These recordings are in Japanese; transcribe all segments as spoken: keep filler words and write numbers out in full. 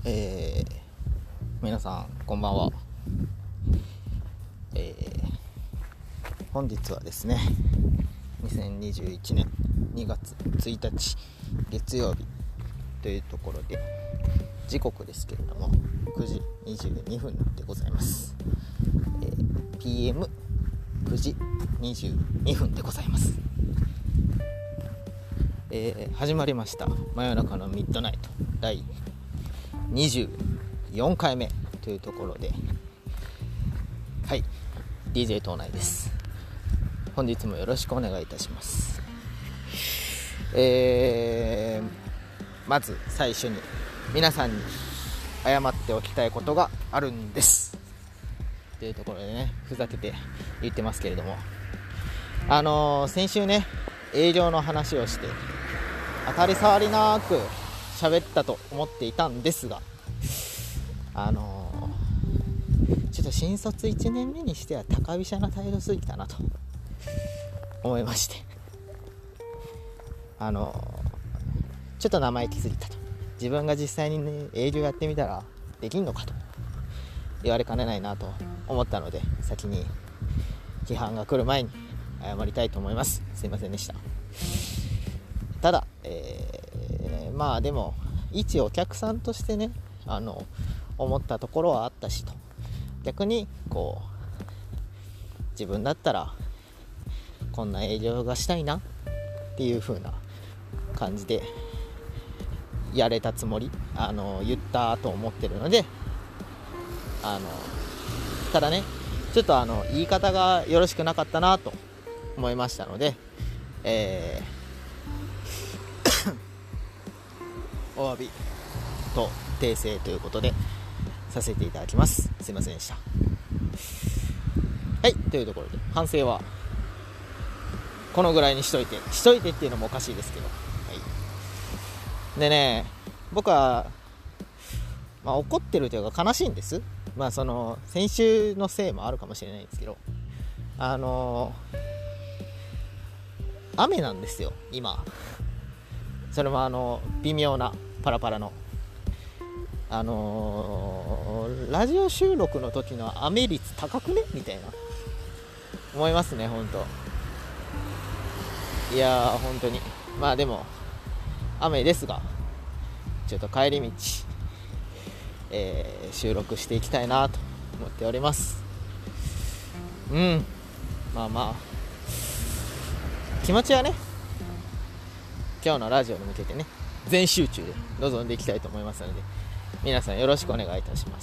えー、皆さんこんばんは。えー、本日はですねにせんにじゅういちねんにがつついたち月曜日というところで、時刻ですけれどもくじにじゅうにふんでございます。えー、ピーエムくじにじゅうにふんでございます。えー、始まりました真夜中のミッドナイト第にじゅうよんかいめというところで、はい ディージェー 東内です。本日もよろしくお願いいたします。えー、まず最初に皆さんに謝っておきたいことがあるんですというところでね、ふざけて言ってますけれども、あのー、先週ね営業の話をして当たり障りなく喋ったと思っていたんですが、あのー、ちょっと新卒いちねんめにしては高飛車な態度すぎたなと思いまして、あのー、ちょっと生意気すぎたと。自分が実際にね営業やってみたらできんのかと言われかねないなと思ったので、先に批判が来る前に謝りたいと思います。すいませんでした。ただ、えー、まあでも一お客さんとしてね、あの思ったところはあったしと、逆にこう自分だったらこんな営業がしたいなっていう風な感じでやれたつもり、あの言ったと思ってるので、あのただねちょっとあの言い方がよろしくなかったなと思いましたので、えーお詫びと訂正ということでさせていただきます。すいませんでした。はい、というところで反省はこのぐらいにしといてしといてっていうのもおかしいですけど、はい、でね僕は、まあ、怒ってるというか悲しいんです。まあその先週のせいもあるかもしれないんですけど、あのー、雨なんですよ今。それもあの微妙なパラパラの、あのー、ラジオ収録の時の雨率高くねみたいな思いますね本当。いやー本当にまあでも雨ですが、ちょっと帰り道、えー、収録していきたいなと思っております。うんまあまあ気持ちはね今日のラジオに向けてね全集中で臨んでいきたいと思いますので、皆さんよろしくお願いいたします。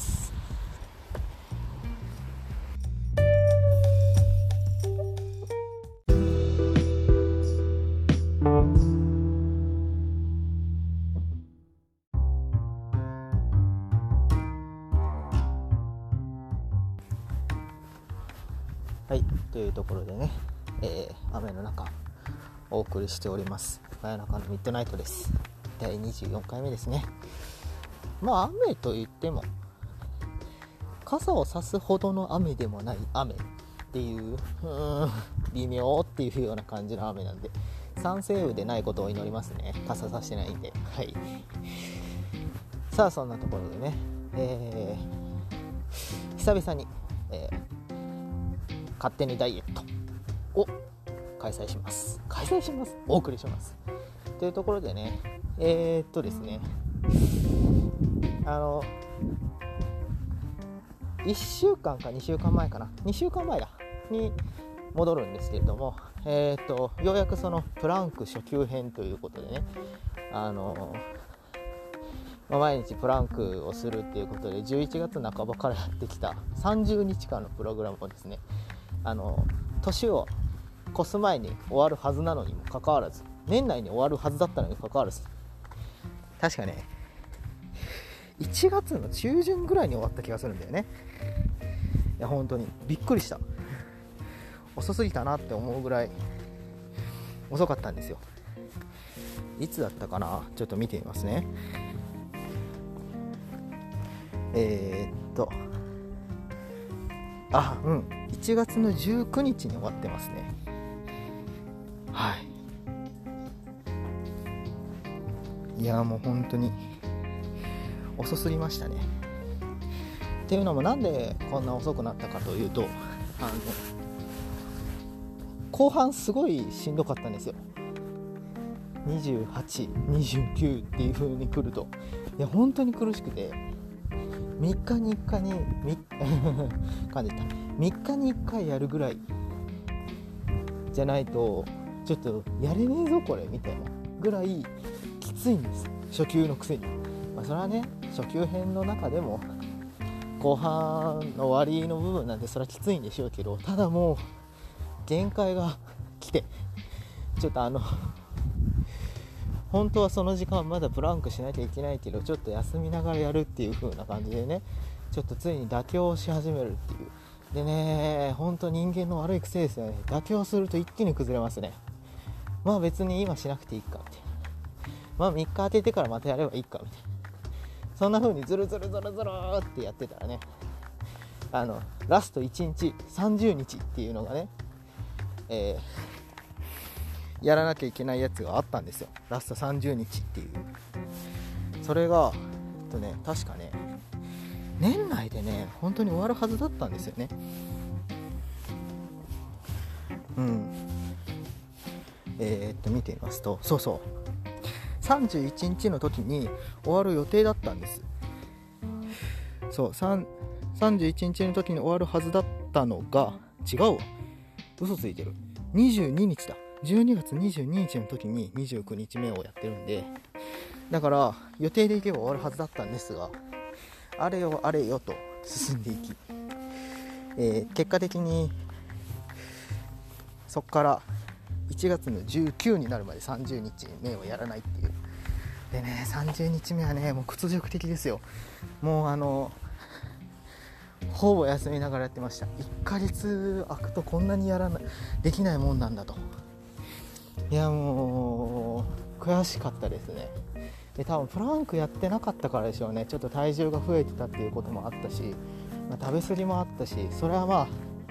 はいというところでね、えー、雨の中お送りしております真夜中のミッドナイトです。だいにじゅうよんかいめですね。まあ雨といっても傘を差すほどの雨でもない雨っていう、うーん微妙っていうような感じの雨なんで、酸性雨でないことを祈りますね。傘差してないんで。はい。さあそんなところでね、えー、久々に、えー、勝手にダイエットを開催します開催しますお送りしますというところでね、えー、っとですねあのいっしゅうかんかにしゅうかんまえかなにしゅうかんまえだに戻るんですけれども、えー、っとようやくそのプランク初級編ということでね、あの毎日プランクをするっていうことでじゅういちがつなかばからやってきたさんじゅうにちかんのプログラムをですね、あの年を越す前に終わるはずなのにもかかわらず、年内に終わるはずだったのにもかかわらず、確かねいちがつの中旬ぐらいに終わった気がするんだよね。いや本当にびっくりした。遅すぎたなって思うぐらい遅かったんですよ。いつだったかな、ちょっと見てみますね。えー、っとあうんいちがつのじゅうくにちに終わってますね。はい。いやもう本当に遅すぎましたね。っていうのもなんでこんな遅くなったかというと、あの後半すごいしんどかったんですよ。にじゅうはち、にじゅうきゅうっていう風に来ると、いや本当に苦しくて、みっかにいっかいに感じたみっかにいっかいやるぐらいじゃないとちょっとやれねえぞこれみたいなぐらいきついんです、初級のくせに。まあ、それはね、初級編の中でも後半の終わりの部分なんでそれはきついんでしょうけど、ただもう限界が来て、ちょっとあの本当はその時間まだプランクしなきゃいけないけど、ちょっと休みながらやるっていう風な感じでね、ちょっとついに妥協し始めるっていう。でね、本当人間の悪い癖ですよね。妥協すると一気に崩れますね。まあ別に今しなくていいかみたいな、まあみっか当ててからまたやればいいかみたいな、そんな風にズルズルズルズルってやってたらね、あのラストいちにちさんじゅうにちっていうのがね、えー、やらなきゃいけないやつがあったんですよ。ラストさんじゅうにちっていう。それがえっとね確かね年内でね本当に終わるはずだったんですよね。うんえー、っと見てみますと、そうそうさんじゅういちにちの時に終わる予定だったんです。そう さんじゅういちにちの時に終わるはずだったのが違うわ、嘘ついてる、にじゅうににちだ。じゅうにがつにじゅうににちの時ににじゅうくにちめをやってるんで、だから予定でいけば終わるはずだったんですが、あれよあれよと進んでいき、えー、結果的にそこからいちがつのじゅうくにちになるまでさんじゅうにちめをやらないっていう。でね、さんじゅうにちめはねもう屈辱的ですよ。もうあのほぼ休みながらやってました。いっかげつ空くとこんなにやらないできないもんなんだと。いやもう悔しかったですね。で多分プランクやってなかったからでしょうね。ちょっと体重が増えてたっていうこともあったし、まあ、食べ過ぎもあったし、それはまあ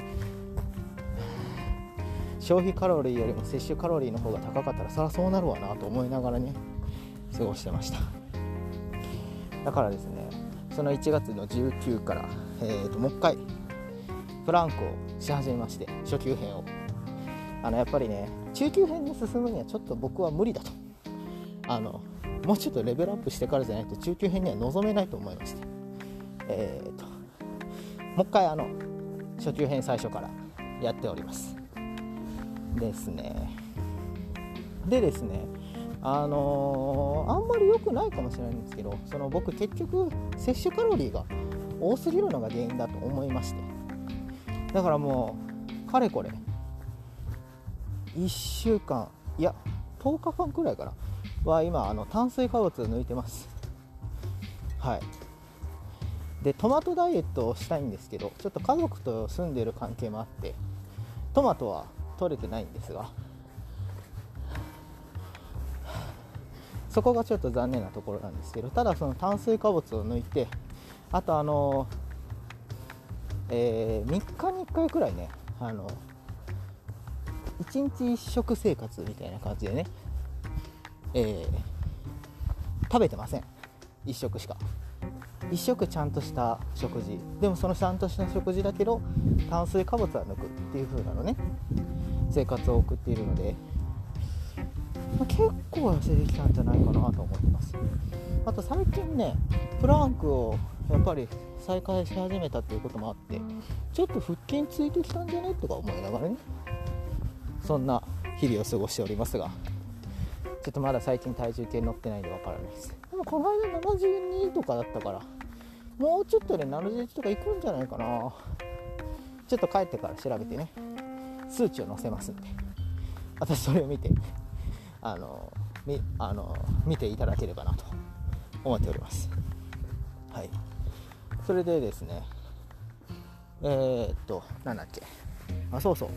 消費カロリーよりも摂取カロリーの方が高かったらそりゃそうなるわなと思いながらね過ごしてました。だからですね、そのいちがつのじゅうくにちから、えー、ともう一回プランクをし始めまして、初級編をあのやっぱりね中級編に進むにはちょっと僕は無理だと、あのもうちょっとレベルアップしてからじゃないと中級編には臨めないと思いまして、えー、ともう一回あの初級編最初からやっておりますですね。でですねあのー、あんまり良くないかもしれないんですけど、その僕結局摂取カロリーが多すぎるのが原因だと思いまして、だからもうかれこれいっしゅうかんいやとおかかんくらいかなは今あの炭水化物を抜いてます。はい。でトマトダイエットをしたいんですけど、ちょっと家族と住んでいる関係もあってトマトは取れてないんですが、そこがちょっと残念なところなんですけど、ただその炭水化物を抜いて、あとあの、えー、みっかにいっかいくらいね、あのいちにちいっしょく生活みたいな感じでね、えー、食べてません。いっしょくしか。いっしょくちゃんとした食事でも、そのちゃんとした食事だけど炭水化物は抜くっていう風なのね生活を送っているので、まあ、結構痩せてきたんじゃないかなと思ってます。あと最近ねプランクをやっぱり再開し始めたっていうこともあって、ちょっと腹筋ついてきたんじゃねとか思いながらね、そんな日々を過ごしておりますが、ちょっとまだ最近体重計乗ってないんでわからないです。でもこの間ななじゅうにとかだったから、もうちょっとでななじゅういちとかいくんじゃないかな。ちょっと帰ってから調べてね数値を載せますんで、私それを見てあのみあの見ていただければなと思っております。はい。それでですね、えー、っとなんだっけあそうそう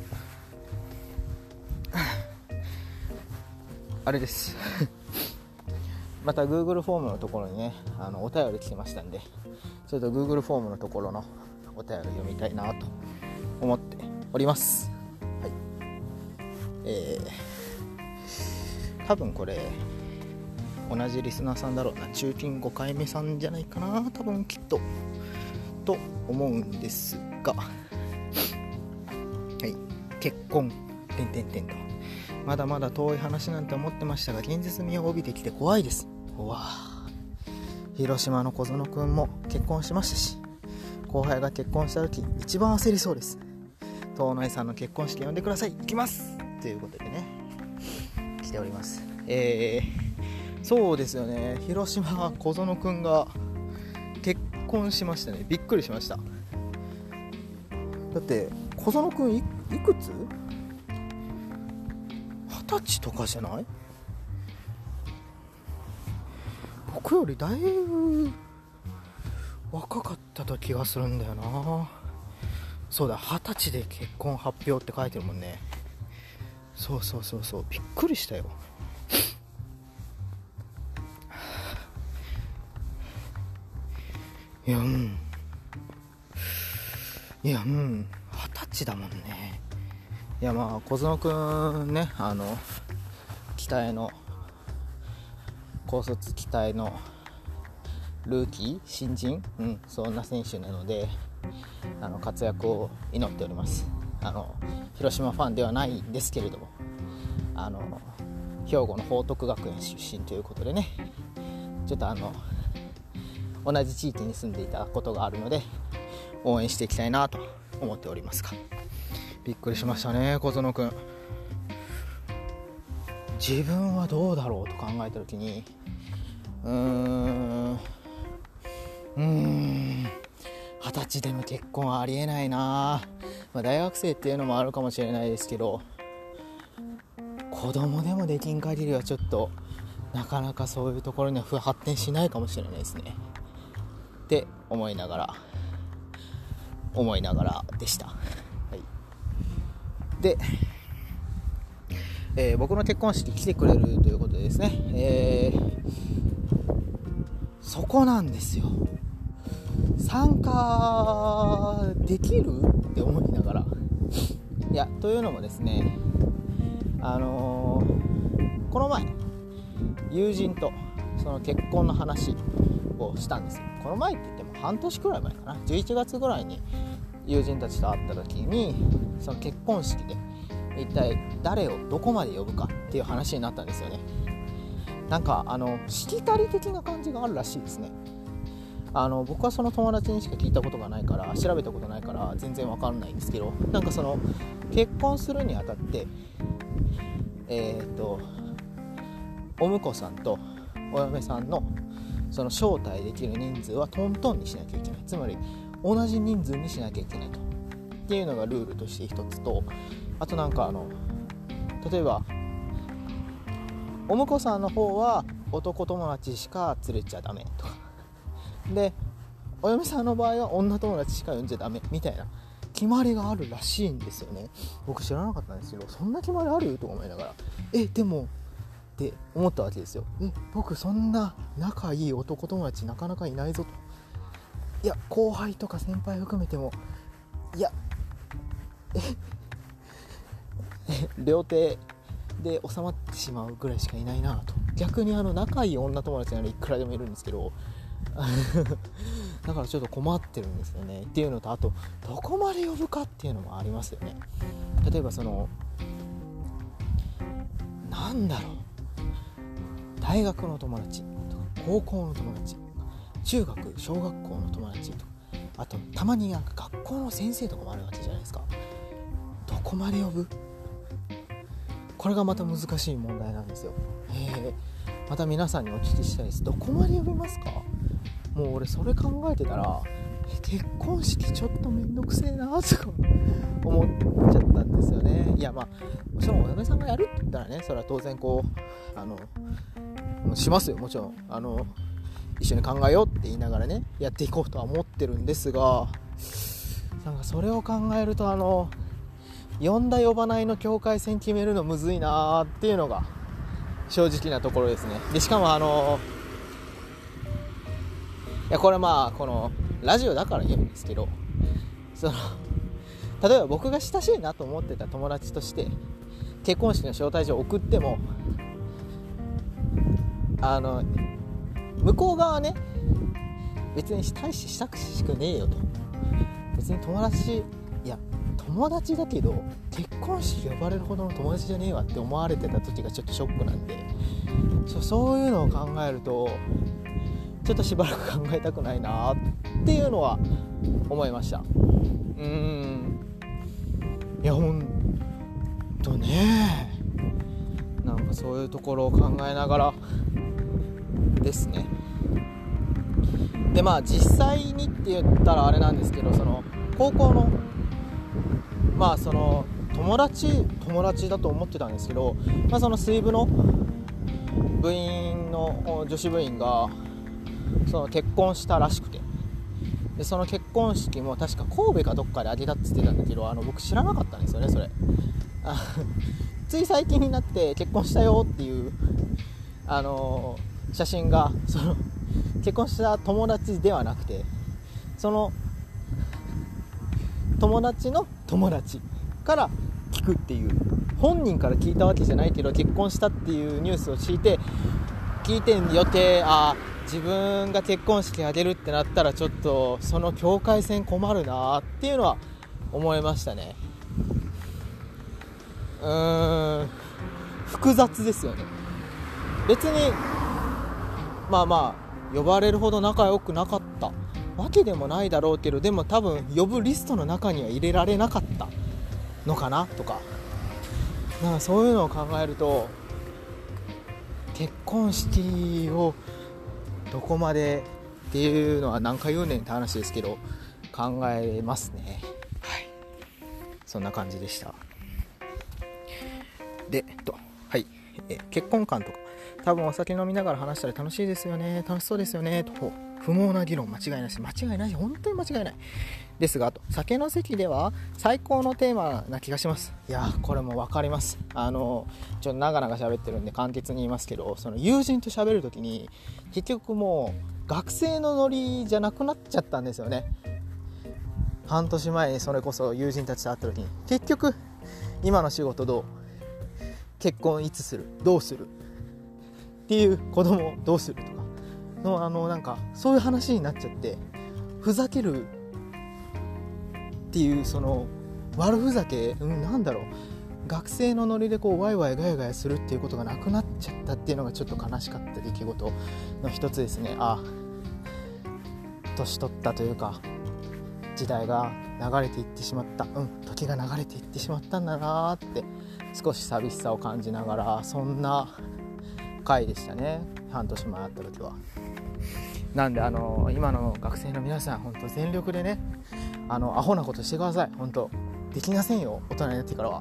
あれですまた Google フォームのところにねあのお便り来てましたんで、ちょっと Google フォームのところのお便り読みたいなと思っております。はい。えー、多分これ同じリスナーさんだろうな、中金ごかいめさんじゃないかな、多分きっとと思うんですが、はい、結婚てんてんてんとまだまだ遠い話なんて思ってましたが、現実味を帯びてきて怖いです。うわ広島の小園くんも結婚しましたし、後輩が結婚した時一番焦りそうです。東内さんの結婚式呼んでください、行きますということでね来ております。えー、そうですよね、広島小園くんが結婚しましたね。びっくりしました。だって小園くん い, いくつ二十歳とかじゃない？僕よりだいぶ若かったと気がするんだよな。そうだ、二十歳で結婚発表って書いてるもんね。そうそうそうそう、びっくりしたよ。いやうんいやうん二十歳だもんね。いやまあ小園くんね、あの期待の高卒期待のルーキー新人、うん、そんな選手なので、あの活躍を祈っております。あの広島ファンではないんですけれども、あの兵庫の報徳学園出身ということでね、ちょっとあの同じ地域に住んでいたことがあるので応援していきたいなと思っておりますが、びっくりしましたね。小園くん、自分はどうだろうと考えたときに、うーんうーん二十歳での結婚はありえないな、まあ、大学生っていうのもあるかもしれないですけど、子供でもできん限りはちょっとなかなかそういうところには発展しないかもしれないですねって思いながら思いながらでした。はい、で、えー、僕の結婚式来てくれるということでですね、えー、そこなんですよ。参加できるって思いながら、いやというのもですね、あのー、この前友人とその結婚の話をしたんですよ。この前って言っても半年くらい前かな、じゅういちがつぐらいに友人たちと会った時に、その結婚式で一体誰をどこまで呼ぶかっていう話になったんですよね。なんかあのしきたり的な感じがあるらしいですね。あの僕はその友達にしか聞いたことがないから、調べたことないから全然わかんないんですけど、なんかその結婚するにあたってえーとお婿さんとお嫁さんのその招待できる人数はトントンにしなきゃいけない、つまり同じ人数にしなきゃいけないとっていうのがルールとして一つと、あとなんかあの例えばお婿さんの方は男友達しか連れちゃダメとかで、お嫁さんの場合は女友達しか呼んじゃダメみたいな決まりがあるらしいんですよね。僕知らなかったんですけど、そんな決まりあると思いながら、えでもって思ったわけですよ。え僕そんな仲いい男友達なかなかいないぞと。いや後輩とか先輩含めても、いやえ両手で収まってしまうぐらいしかいないなと。逆にあの仲いい女友達ならいくらでもいるんですけどだからちょっと困ってるんですよねっていうのと、あとどこまで呼ぶかっていうのもありますよね。例えばそのなんだろう、大学の友達とか高校の友達、中学小学校の友達とか、あとたまになんか学校の先生とかもあるわけじゃないですか。どこまで呼ぶ？これがまた難しい問題なんですよ。へー、また皆さんにお聞きしたいです。どこまで呼びますか？もう俺それ考えてたら結婚式ちょっとめんどくせえなとか思っちゃったんですよね。いやまあもちろんお嫁さんがやるって言ったらね、それは当然こうあのしますよ。もちろんあの一緒に考えようって言いながらねやっていこうとは思ってるんですが、なんかそれを考えるとあの呼んだ呼ばないの境界線決めるのむずいなっていうのが正直なところですね。でしかもあのいやこれまあこのラジオだから言うんですけど、その例えば僕が親しいなと思ってた友達として結婚式の招待状を送っても、 あの向こう側はね別に大して親しくねえよと、別に友達、いや友達だけど結婚式呼ばれるほどの友達じゃねえわって思われてた時がちょっとショックなんで、そ, そういうのを考えるとちょっとしばらく考えたくないなっていうのは思いました。うーんいやほんとね、なんかそういうところを考えながらですね。でまあ実際にって言ったらあれなんですけど、その高校のまあその友達友達だと思ってたんですけど、まあ、その水部の部員の女子部員がその結婚したらしくて、でその結婚式も確か神戸かどっかであげたって言ってたんだけど、あの僕知らなかったんですよねそれ。あつい最近になって結婚したよっていうあの写真がその結婚した友達ではなくて、その友達の友達から聞くっていう、本人から聞いたわけじゃないけど結婚したっていうニュースを聞いて聞いてんよって、あ自分が結婚式あげるってなったらちょっとその境界線困るなっていうのは思いましたね。うーん複雑ですよね。別にまあまあ呼ばれるほど仲良くなかったわけでもないだろうけど、でも多分呼ぶリストの中には入れられなかったのかなとか、なんかそういうのを考えると結婚式をどこまでっていうのは何回言うねんって話ですけど考えますね。はい、そんな感じでした。で、えっとはいえ結婚観とか多分お酒飲みながら話したら楽しいですよね、楽しそうですよねと不毛な議論間違いなし間違いない本当に間違いないですが、と酒の席では最高のテーマな気がします。いやこれも分かります。あのちょっと長々喋ってるんで簡潔に言いますけど、その友人と喋るときに結局もう学生のノリじゃなくなっちゃったんですよね。半年前にそれこそ友人たちと会った時に結局今の仕事どう、結婚いつする、どうするっていう、子供どうするとかのあのなんかそういう話になっちゃって、ふざけるっていうその悪ふざけ、うん、なんだろう学生のノリでこうワイワイガヤガヤするっていうことがなくなっちゃったっていうのがちょっと悲しかった出来事の一つですね。あ年取ったというか時代が流れていってしまった、うん時が流れていってしまったんだなって少し寂しさを感じながら、そんな回でしたね、半年前会った時は。なんであの今の学生の皆さん本当全力でね、あのアホなことしてください。本当できませんよ大人になってからは。はい、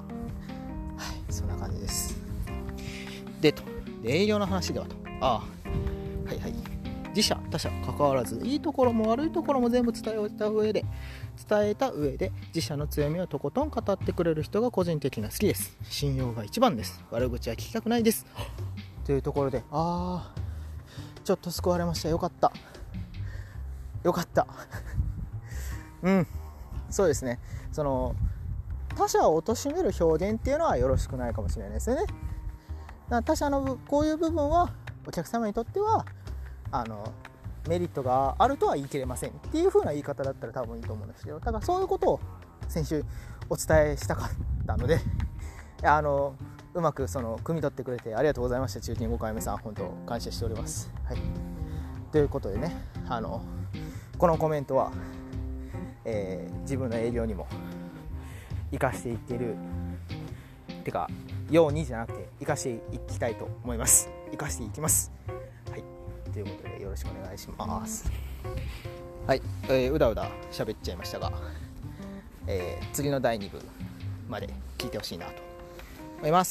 そんな感じです。でとで営業の話ではとああはいはい自社他社関わらずいいところも悪いところも全部伝えた上で伝えた上で自社の強みをとことん語ってくれる人が個人的には好きです。信用が一番です。悪口は聞きたくないですというところで、あーちょっと救われました。よかったよかったうんそうですね、その他者を貶める表現っていうのはよろしくないかもしれないですよね。だから他者のこういう部分はお客様にとってはあのメリットがあるとは言い切れませんっていう風な言い方だったら多分いいと思うんですけど、ただそういうことを先週お伝えしたかったのであのうまくその汲み取ってくれてありがとうございました。中金ごかいめさん本当感謝しております。はい、ということでね、あのこのコメントは、えー、自分の営業にも生かしていってるてかようにじゃなくて生かしていきたいと思います。生かしていきます。はい、ということでよろしくお願いします。はい、えー、うだうだ喋っちゃいましたが、えー、次のだいに部まで聞いてほしいなと思います。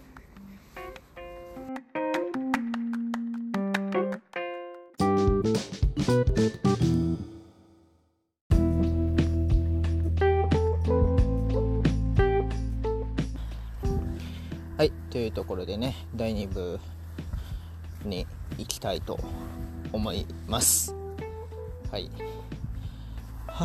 はい、というところでねだいに部に行きたいと思います。はい、は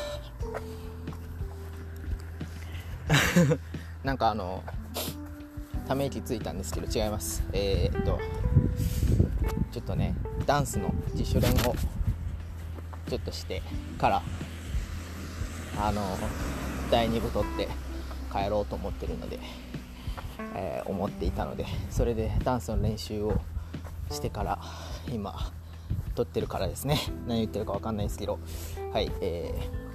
あなんかあのため息ついたんですけど違います。えー、っとちょっとねダンスの自主練をちょっとしてからあのだいに部取って帰ろうと思ってるので、えー、思っていたので、それでダンスの練習をしてから今撮ってるからですね。何言ってるか分かんないですけど、はい、え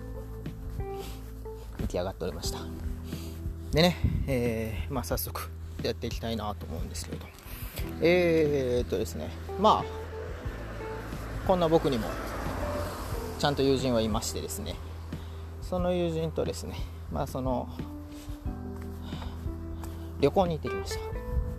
ー、出来上がっておりました。でね、えーまあ、早速やっていきたいなと思うんですけれど、えーっとですねまあこんな僕にもちゃんと友人はいましてですね、その友人とですね、まあその旅行に行ってきました。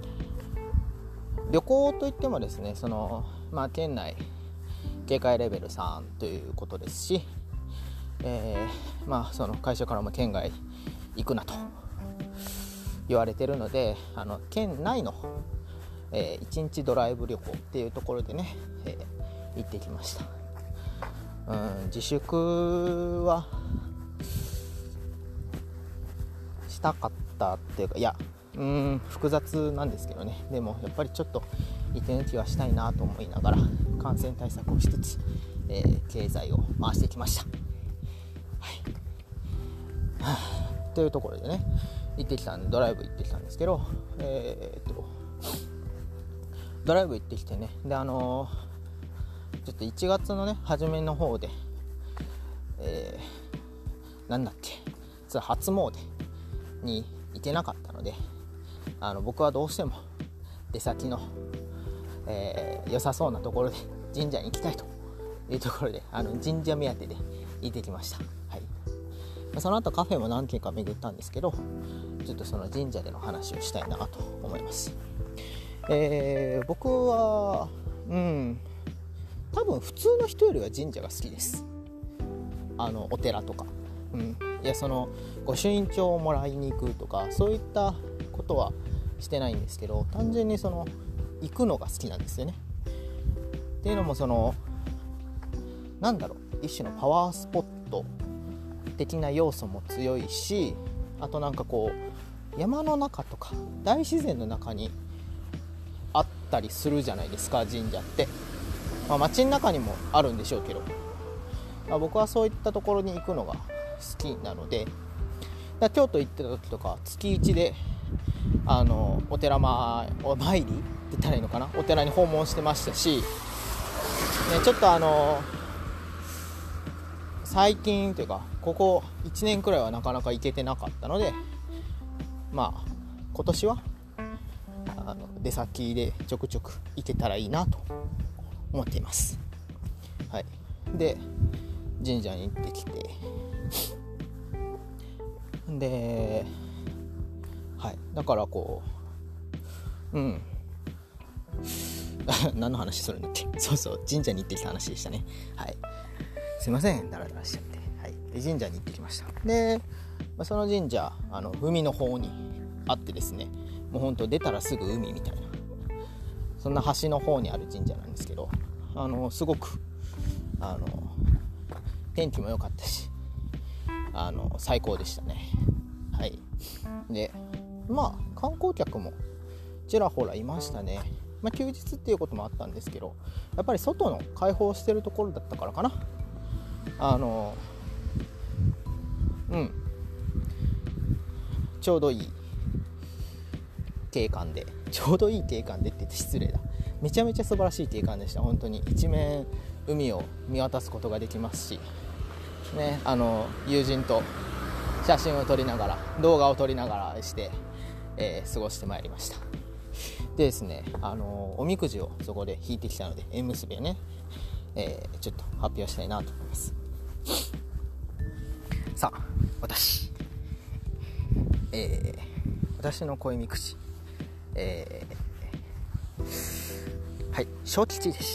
旅行といってもですね、そのまあ県内警戒レベルさんということですし、えー、まあその会社からも県外行くなと言われてるので、あの県内の、えー、いちにちドライブ旅行っていうところでね、えー、行ってきました。うん、自粛はしたかったっていうか、いやうーん複雑なんですけどね、でもやっぱりちょっと息抜きはしたいなと思いながら感染対策をしつつ、えー、経済を回してきました。はい、はあ、というところでね行ってきたんでドライブ行ってきたんですけど、えー、っとドライブ行ってきてね、であのー、ちょっといちがつのね初めの方で、えー、なんだっけそれ初詣に行けなかったので、あの僕はどうしても出先の、えー、良さそうなところで神社に行きたいというところで、あの神社目当てで行ってきました。はい、その後カフェも何軒か巡ったんですけど、ちょっとその神社での話をしたいなと思います。えー、僕はうん多分普通の人よりは神社が好きです。あのお寺とか、うん、いやその御朱印帳をもらいに行くとかそういったことはしてないんですけど、単純にその行くのが好きなんですよね。っていうのもそのなんだろう一種のパワースポット的な要素も強いし、あとなんかこう山の中とか大自然の中にあったりするじゃないですか神社って、まあ、街の中にもあるんでしょうけど、まあ、僕はそういったところに行くのが好きなので、だ京都行ってた時とか月いちであのお寺まお参りって言ったらいいのかな、お寺に訪問してましたし、ね、ちょっとあの最近というかここいちねんくらいはなかなか行けてなかったので、まあ今年はあの出先でちょくちょく行けたらいいなと思っています。はい、で神社に行ってきて、で、はい、だからこううん何の話するんだっけ、そうそう神社に行ってきた話でしたね。はい、すいませんダラダラしちゃって、はい、で神社に行ってきました。で、まあ、その神社あの海の方にあってですね、もうほんと出たらすぐ海みたいな、そんな橋の方にある神社なんですけど、あのすごくあの天気も良かったし、あの最高でしたね。はい、でまあ観光客もちらほらいましたね。まあ、休日っていうこともあったんですけど、やっぱり外の開放してるところだったからかな、あのうんちょうどいい景観で、ちょうどいい景観でって言って失礼だ、めちゃめちゃ素晴らしい景観でした。本当に一面海を見渡すことができますしね、あの友人と写真を撮りながら動画を撮りながらして、えー、過ごしてまいりました。でですね、あのおみくじをそこで引いてきたので縁結びをね、えー、ちょっと発表したいなと思います。さあ私、えー、私の恋みくじ、えー、はい小吉でした。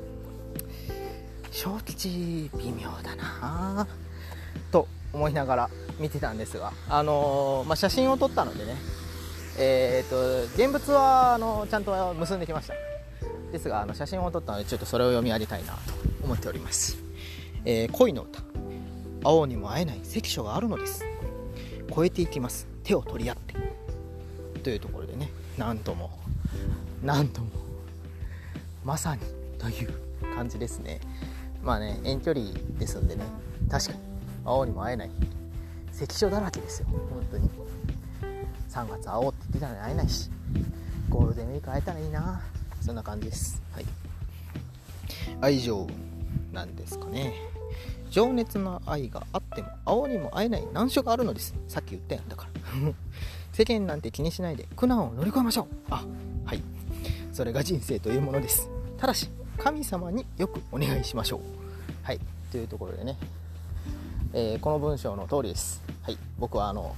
小吉微妙だなと思いながら見てたんですが、あのーまあ、写真を撮ったのでね、えー、と現物はあのちゃんと結んできました。ですがあの写真を撮ったのでちょっとそれを読み上げたいなと思っております。えー、恋の歌、青にも会えない関所があるのです、越えていきます手を取り合ってというところでね、なんともなんともまさにという感じですね。まあね、遠距離ですんでね、確かに青にも会えない、関所だらけですよ本当に。さんがつ会おうって言ってたのに会えないし、ゴールデンウィーク会えたらいいな、そんな感じです。はい、愛情なんですかね。情熱の愛があっても青にも会えない難所があるのです。さっき言ったやんだから世間なんて気にしないで苦難を乗り越えましょう。あ、はい、それが人生というものです。ただし神様によくお願いしましょう。はい、というところでね、えー、この文章の通りです。はい、僕はあの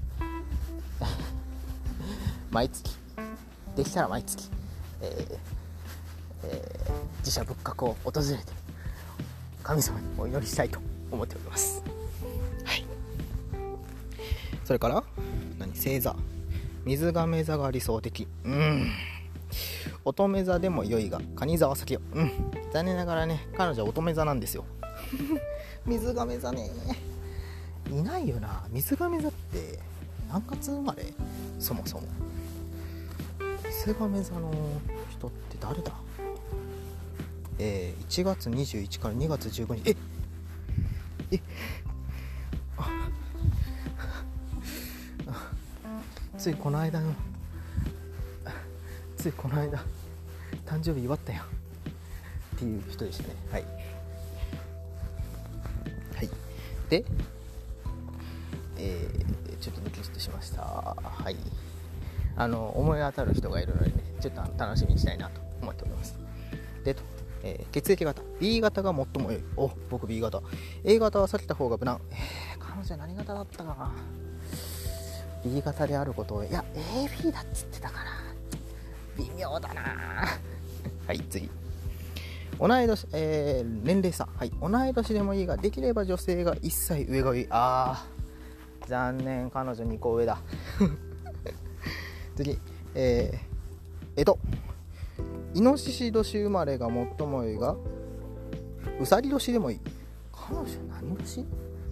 毎月できたら毎月、えーえー、自社仏閣を訪れて神様にお祈りしたいと思っております。はい、それから何、星座、水亀座が理想的。うーん、乙女座でも良いが蟹座は避けよう。うん、残念ながらね、彼女は乙女座なんですよ水亀座ね、いないよな。水亀座って何月生まれ、そもそも水亀座の人って誰だ。えー、いちがつにじゅういちからにがつじゅうごにち、ええあついこの間のついこの間誕生日祝ったやんっていう人でしたね。はいはい、で、えー、ちょっとドキッとしました。はい、あの思い当たる人がいるのでね、ちょっと楽しみにしたいなと思っております。でと、えー、血液型 B 型が最も良い。お、僕 B 型。 A 型は避けた方が無難。えー、彼女何型だったかな。 B 型であることを、いや エービー だっつってたかな、微妙だなはい、次、同い年、えー、年齢差、はい、同い年でもいいができれば女性がいっさい上がいい。あー、残念、彼女にこ上だ次、えー、えとイノシシ年生まれが最もいいがウサギ年でもいい。彼女何年？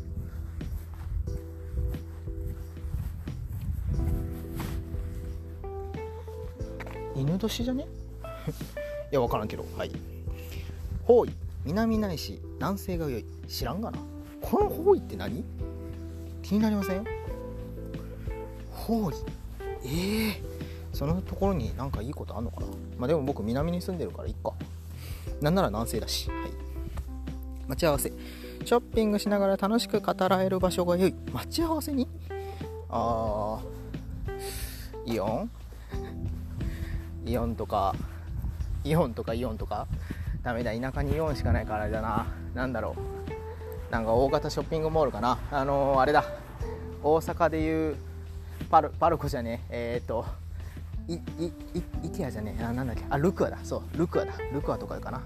犬年じゃねいや分からんけど。はい、方位南ないし南西が良い。知らんがな。この方位って何？気になりません？方位、えー、そのところになんかいいことあんのかな。まあでも僕南に住んでるからいっか。なんなら南西だし。はい、待ち合わせ、ショッピングしながら楽しく語られる場所が良い。待ち合わせに、あー、イオンイオンとかイオンとかイオンとかダメだ、田舎にイオンしかないからあれだな。なんだろう、なんか大型ショッピングモールかな。あのー、あれだ、大阪でいうパルパルコじゃねえ、えー、っといいいイケアじゃねえ、あ、なんだっけ、あ、ルクアだ、そうルクアだ、ルクアとかかな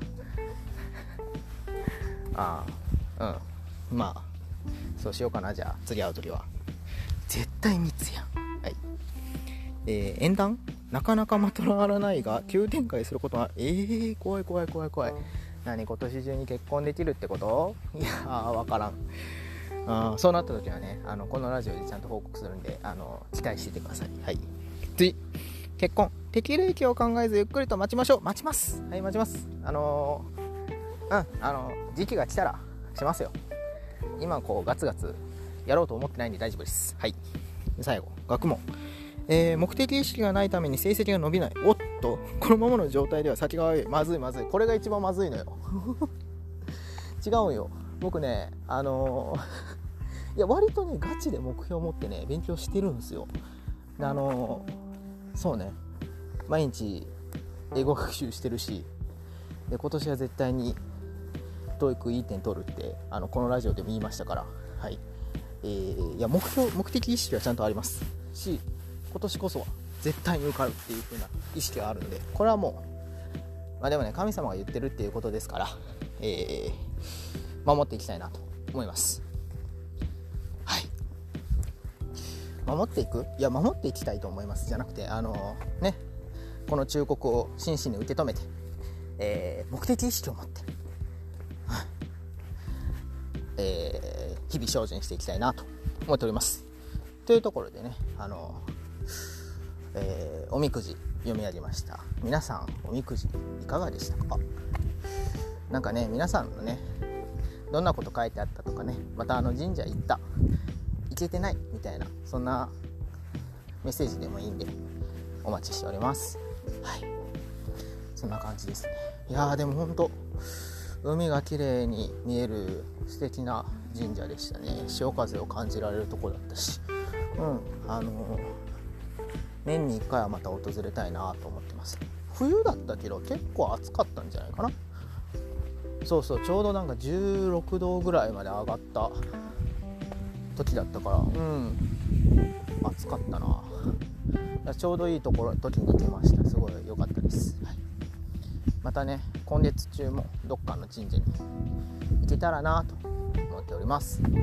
ああ、うん、まあそうしようかな。じゃあ次会う時は絶対密やん。はい、えー、縁談、なかなかまとまらないが急展開することは、えー、怖い怖い怖い怖い。何、今年中に結婚できるってこと？いやー、わからん。あ、そうなった時はね、あのこのラジオでちゃんと報告するんで、あの期待しててください。はい、次、結婚、適齢期を考えずゆっくりと待ちましょう。待ちます。はい、待ちます。あのー、うんあの時期が来たらしますよ。今こうガツガツやろうと思ってないんで大丈夫です。はい、最後、学問、えー、目的意識がないために成績が伸びない。おっと、このままの状態では先が悪い。まずいまずい、これが一番まずいのよ違うんよ、僕ね、あのー、いや割とねガチで目標を持ってね勉強してるんですよ。あのー、そうね、毎日英語学習してるし、で今年は絶対にトーイックいい点取るってあのこのラジオでも言いましたから。はい、えー、いや目標目的意識はちゃんとありますし、今年こそは絶対に受かるっていう風な意識があるので、これはもう、まあでもね、神様が言ってるっていうことですから、えー、守っていきたいなと思います。はい、守っていく、いや守っていきたいと思いますじゃなくて、あのー、ね、この忠告を真摯に受け止めて、えー、目的意識を持って、はい、えー、日々精進していきたいなと思っております。というところでね、あのーえー、おみくじ読み上げました。皆さんおみくじいかがでしたか？なんかね、皆さんのねどんなこと書いてあったとかね、またあの神社行った行けてないみたいな、そんなメッセージでもいいんでお待ちしております。はい、そんな感じですね。いやーでもほんと海が綺麗に見える素敵な神社でしたね。潮風を感じられるところだったし、うんあのー、年にいっかいはまた訪れたいなと思ってます。冬だったけど結構暑かったんじゃないかな。そうそう、ちょうどなんかじゅうろくどぐらいまで上がった時だったから、うん暑かったな。ちょうどいいところ時に行けました。すごい良かったです。はい、またね今月中もどっかの神社に行けたらなと思っております。はい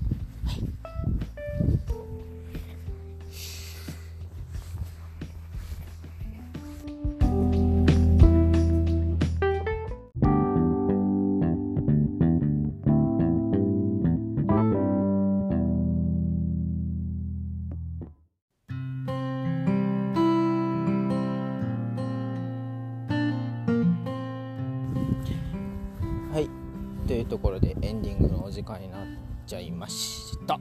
はい、というところでエンディングのお時間になっちゃいました。うん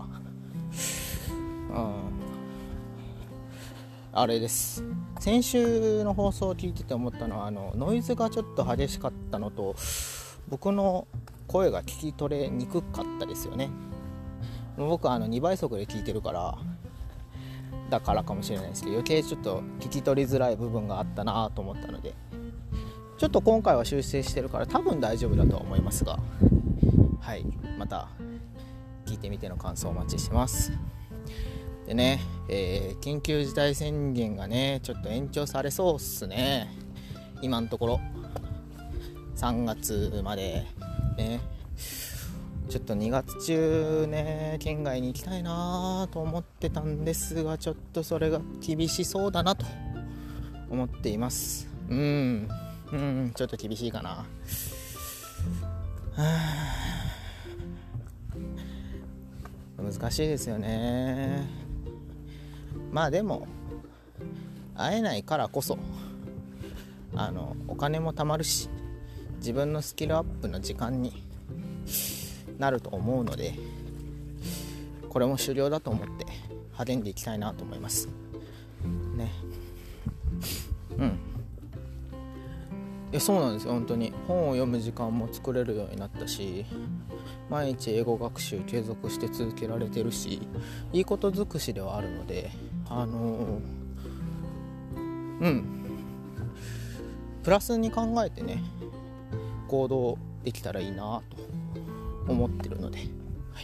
あれです、先週の放送を聞いてて思ったのは、あのノイズがちょっと激しかったのと、僕の声が聞き取れにくかったですよね。僕はあのにばい速で聞いてるからだからかもしれないですけど、余計ちょっと聞き取りづらい部分があったなと思ったので、ちょっと今回は修正してるから多分大丈夫だとは思いますが、はい、また聞いてみての感想をお待ちしてます。でね、えー、緊急事態宣言がねちょっと延長されそうっすね。今のところさんがつまでね。ちょっとにがつ中ね県外に行きたいなと思ってたんですが、ちょっとそれが厳しそうだなと思っています。うんうんちょっと厳しいかな。は難しいですよね。まあでも会えないからこそあのお金も貯まるし、自分のスキルアップの時間になると思うので、これも終了だと思って励んでいきたいなと思いますね。うんいやそうなんですよ。本当に本を読む時間も作れるようになったし、毎日英語学習継続して続けられてるし、いいこと尽くしではあるので、あのー、うんプラスに考えてね行動できたらいいなと思ってるので、はい、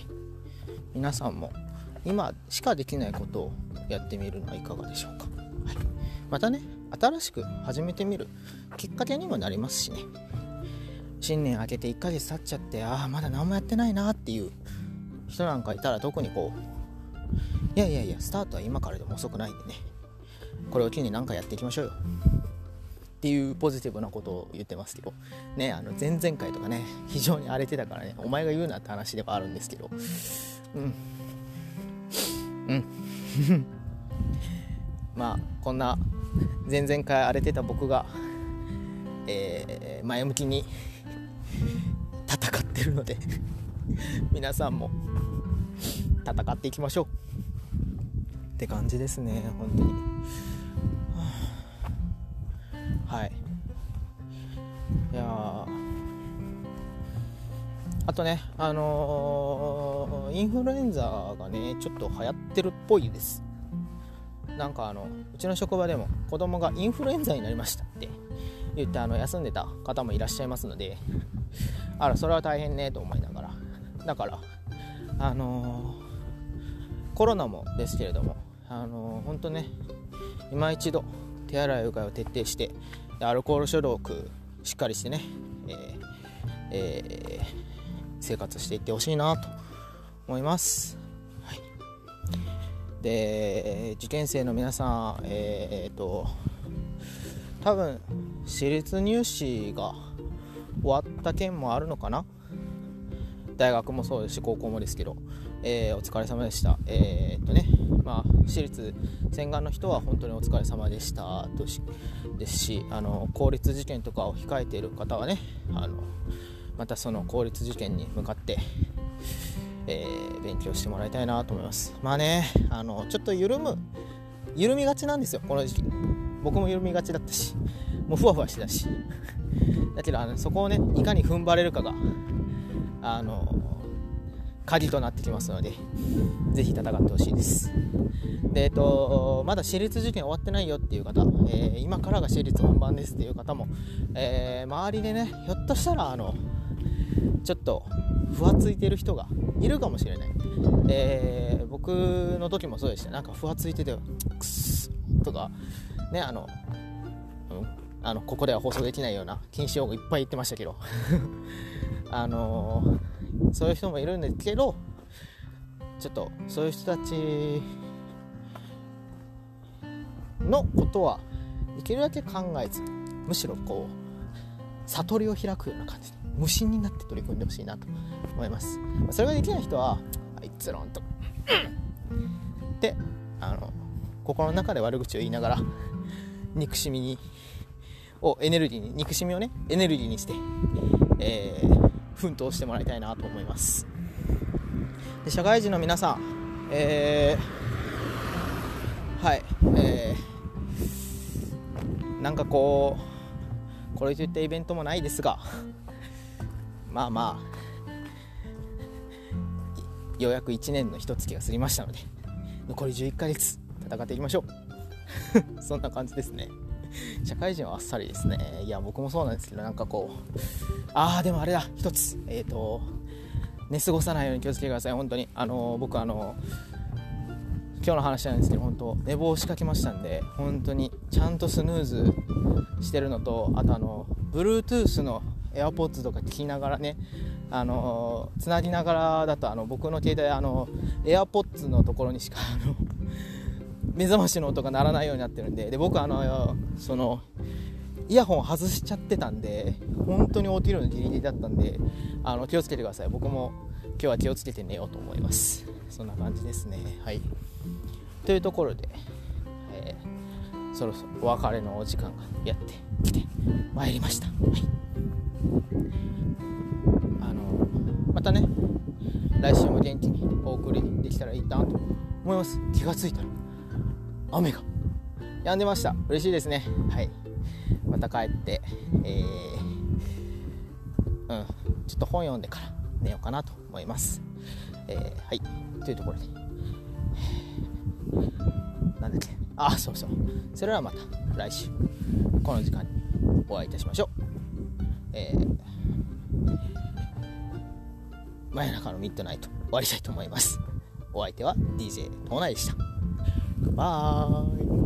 皆さんも今しかできないことをやってみるのはいかがでしょうか。はい、またね新しく始めてみるきっかけにもなりますしね。新年明けていっかげつ経っちゃって、ああまだ何もやってないなっていう人なんかいたら、特にこういやいやいやスタートは今からでも遅くないんでね、これを機に何かやっていきましょうよっていうポジティブなことを言ってますけどね。あの前々回とかね非常に荒れてたからね、お前が言うなって話ではあるんですけど、うんうんまあこんな前々回荒れてた僕が、えー、前向きに戦ってるので皆さんも戦っていきましょうって感じですね。本当にはいいやあとねあのー、インフルエンザがねちょっと流行ってるっぽいです。なんかあのうちの職場でも子供がインフルエンザになりましたって言ってあの休んでた方もいらっしゃいますので、あらそれは大変ねと思いながら、だからあのー、コロナもですけれども、あのー、本当ね今一度手洗いうがいを徹底してアルコール消毒しっかりしてね、えーえー、生活していってほしいなと思います。はい、で受験生の皆さん、えー、っと多分私立入試が終わった県もあるのかな。大学もそうですし高校もですけど、えー、お疲れ様でした。えー、っとねまあ、私立洗顔の人は本当にお疲れ様でしたとしですし、あの公立受験とかを控えている方はね、あのまたその公立受験に向かって、えー、勉強してもらいたいなと思います。まあね、あのちょっと緩む緩みがちなんですよ、この時期。僕も緩みがちだったし、もうふわふわしてたしだけどあのそこをね、いかに踏ん張れるかがあの鍵となってきますので、ぜひ戦ってほしいです。で、えっと、まだ私立受験終わってないよっていう方、えー、今からが私立本番ですっていう方も、えー、周りでね、ひょっとしたらあのちょっとふわついてる人がいるかもしれない、えー、僕の時もそうでした。なんかふわついててくっそとかね、あの、うん、あのここでは放送できないような禁止用語いっぱい言ってましたけどあのーそういう人もいるんですけど、ちょっとそういう人たちのことはできるだけ考えず、むしろこう悟りを開くような感じで無心になって取り組んでほしいなと思います。それができない人はあいつらんとで、あの心の中で悪口を言いながら憎しみにをエネルギーに憎しみをねエネルギーにして、えー奮闘してもらいたいなと思います。で、社会人の皆さん、えー、はい、えー、なんかこうこれといったイベントもないですが、まあまあようやくいちねんの一月が過ぎましたので、残りじゅういっかげつ戦っていきましょうそんな感じですね。社会人はあっさりですね。いや僕もそうなんですけど、なんかこうあーでもあれだ一つえっ、ー、と寝過ごさないように気をつけてください。本当にあの僕あの今日の話なんですけど、本当寝坊しかけましたんで、本当にちゃんとスヌーズしてるのと、あとあの Bluetooth の AirPods とか聞きながらね、あのつなぎながらだとあの僕の携帯あの AirPods のところにしかあの目覚ましの音が鳴らないようになってるんで、で僕あのそのイヤホン外しちゃってたんで、本当に起きるのギリギリだったんで、あの気をつけてください。僕も今日は気をつけて寝ようと思います。そんな感じですね。はい。というところで、えー、そろそろお別れのお時間がやってきてまいりました。はい。あのまたね、来週も元気にお送りできたらいいなと思います。気がついたら雨が止んでました。嬉しいですね。はい。また帰って、えー、うん、ちょっと本読んでから寝ようかなと思います。えー、はい。というところで、なんだっけ、あ、そうそう。それはまた来週この時間にお会いいたしましょう。えー、真夜中のミッドナイト終わりたいと思います。お相手は ディージェー 東内でした。バイ。